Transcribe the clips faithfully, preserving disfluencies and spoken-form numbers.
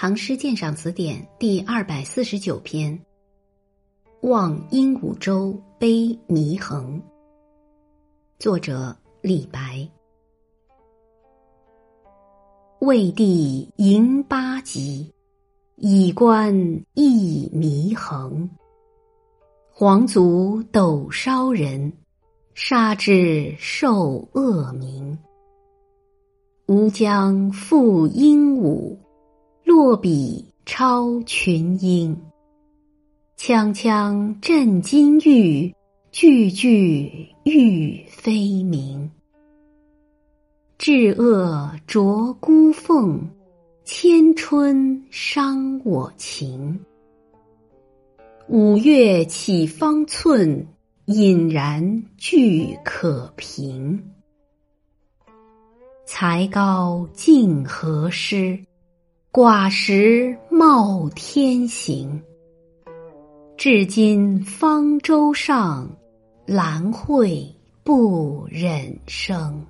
唐诗鉴赏词典第二百四十九篇。望鹦鹉洲悲祢衡，作者李白。魏帝迎八极，以观忆祢衡。皇族斗烧人，杀之受恶名。吾将复鹦鹉，落笔超群英。锵锵震金玉，句句欲飞鸣。至恶啄孤凤，千春伤我情。五岳起方寸，隐然俱可平。才高竟何施，寡识冒天行。至今方舟上，兰蕙不忍生。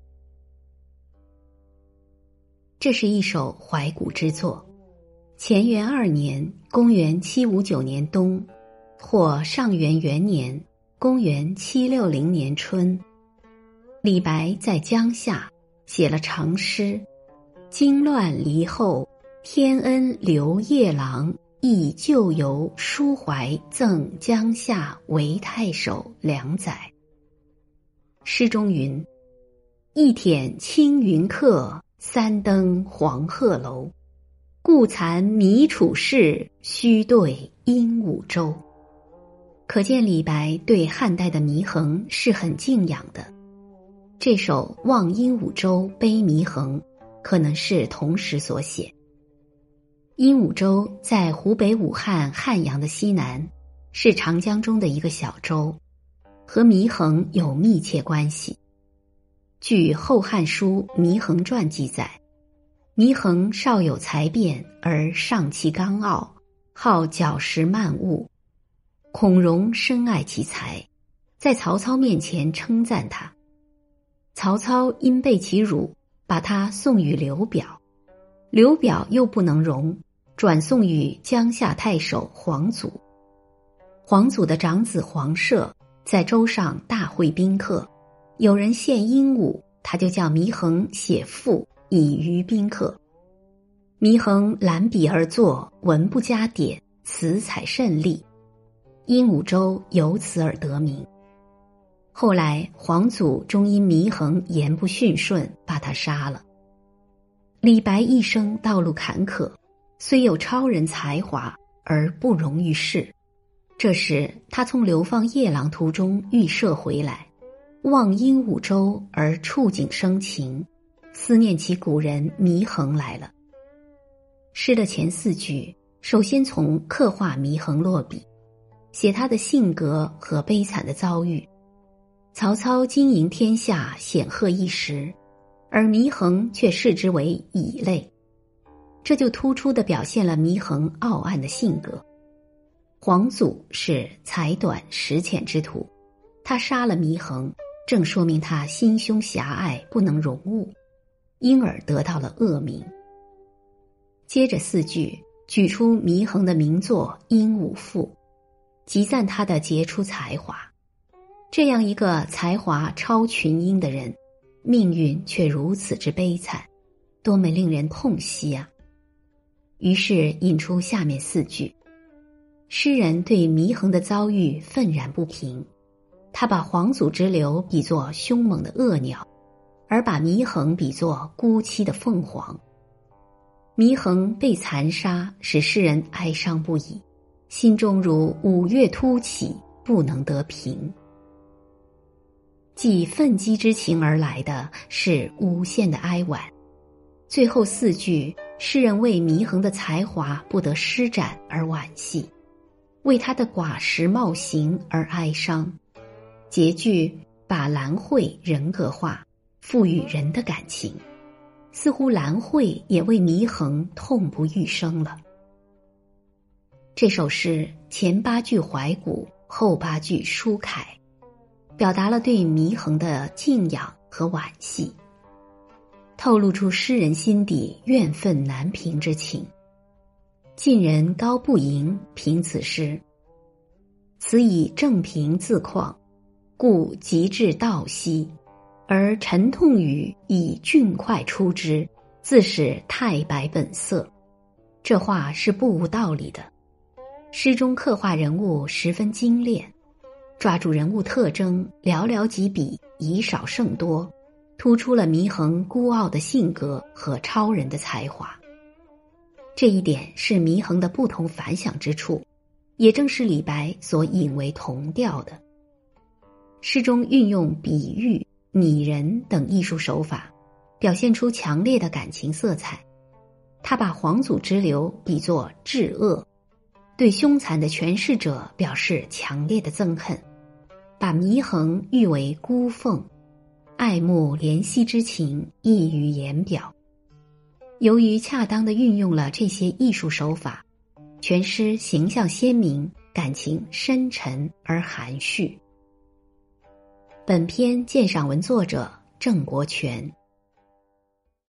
这是一首怀古之作，乾元二年（公元七五九年冬）或上元元年（公元七六零年春），李白在江夏写了长诗：经乱离后，天恩留夜郎，忆旧游抒怀赠江夏为太守两载。诗中云：一舔青云客，三登黄鹤楼。故残弥楚士，须对鹦鹉洲。可见李白对汉代的祢衡是很敬仰的。这首《望鹦鹉洲悲祢衡》可能是同时所写。鹦鹉洲在湖北武汉汉阳的西南，是长江中的一个小洲，和祢衡有密切关系。据《后汉书·祢衡传》记载，祢衡少有才辩，而上气刚傲，好矫饰漫物。孔融深爱其才，在曹操面前称赞他。曹操因被其辱，把他送与刘表。刘表又不能容，转送与江夏太守黄祖。黄祖的长子黄舍在舟上大会宾客，有人献鹦鹉，他就叫祢衡写赋以娱宾客。祢衡揽笔而作，文不加点，词采甚丽，鹦鹉洲由此而得名。后来黄祖终因祢衡言不逊顺，把他杀了。李白一生道路坎坷，虽有超人才华，而不容于世。这时他从流放夜郎途中预设回来，望鹦鹉洲而触景生情，思念起古人祢衡来了。诗的前四句首先从刻画祢衡落笔，写他的性格和悲惨的遭遇。曹操经营天下，显赫一时，而祢衡却视之为蚁类，这就突出地表现了祢衡傲岸的性格。黄祖是才短识浅之徒，他杀了祢衡，正说明他心胸狭隘，不能容物，因而得到了恶名。接着四句举出祢衡的名作《鹦鹉赋》，极赞他的杰出才华。这样一个才华超群英的人，命运却如此之悲惨，多么令人痛惜啊！于是引出下面四句。诗人对祢衡的遭遇愤然不平，他把黄祖之流比作凶猛的恶鸟，而把祢衡比作孤栖的凤凰。祢衡被残杀，使诗人哀伤不已，心中如五岳突起，不能得平。继愤激之情而来的是无限的哀婉。最后四句，诗人为祢衡的才华不得施展而惋惜，为他的寡识冒行而哀伤。结句把兰蕙人格化，赋予人的感情，似乎兰蕙也为祢衡痛不欲生了。这首诗前八句怀古，后八句抒慨，表达了对祢衡的敬仰和惋惜，透露出诗人心底怨愤难平之情， 晋人高不盈评此诗：此以正平自况，故极致道兮，而沉痛语以俊快出之，自使太白本色。这话是不无道理的。诗中刻画人物十分精炼，抓住人物特征，寥寥几笔，以少胜多，突出了祢衡孤傲的性格和超人的才华。这一点是祢衡的不同凡响之处，也正是李白所引为同调的。诗中运用比喻、拟人等艺术手法，表现出强烈的感情色彩。他把皇祖之流比作至恶，对凶残的权势者表示强烈的憎恨，把祢衡誉为孤凤，爱慕怜惜之情溢于言表。由于恰当地运用了这些艺术手法，全诗形象鲜明，感情深沉而含蓄。本篇鉴赏文作者郑国权。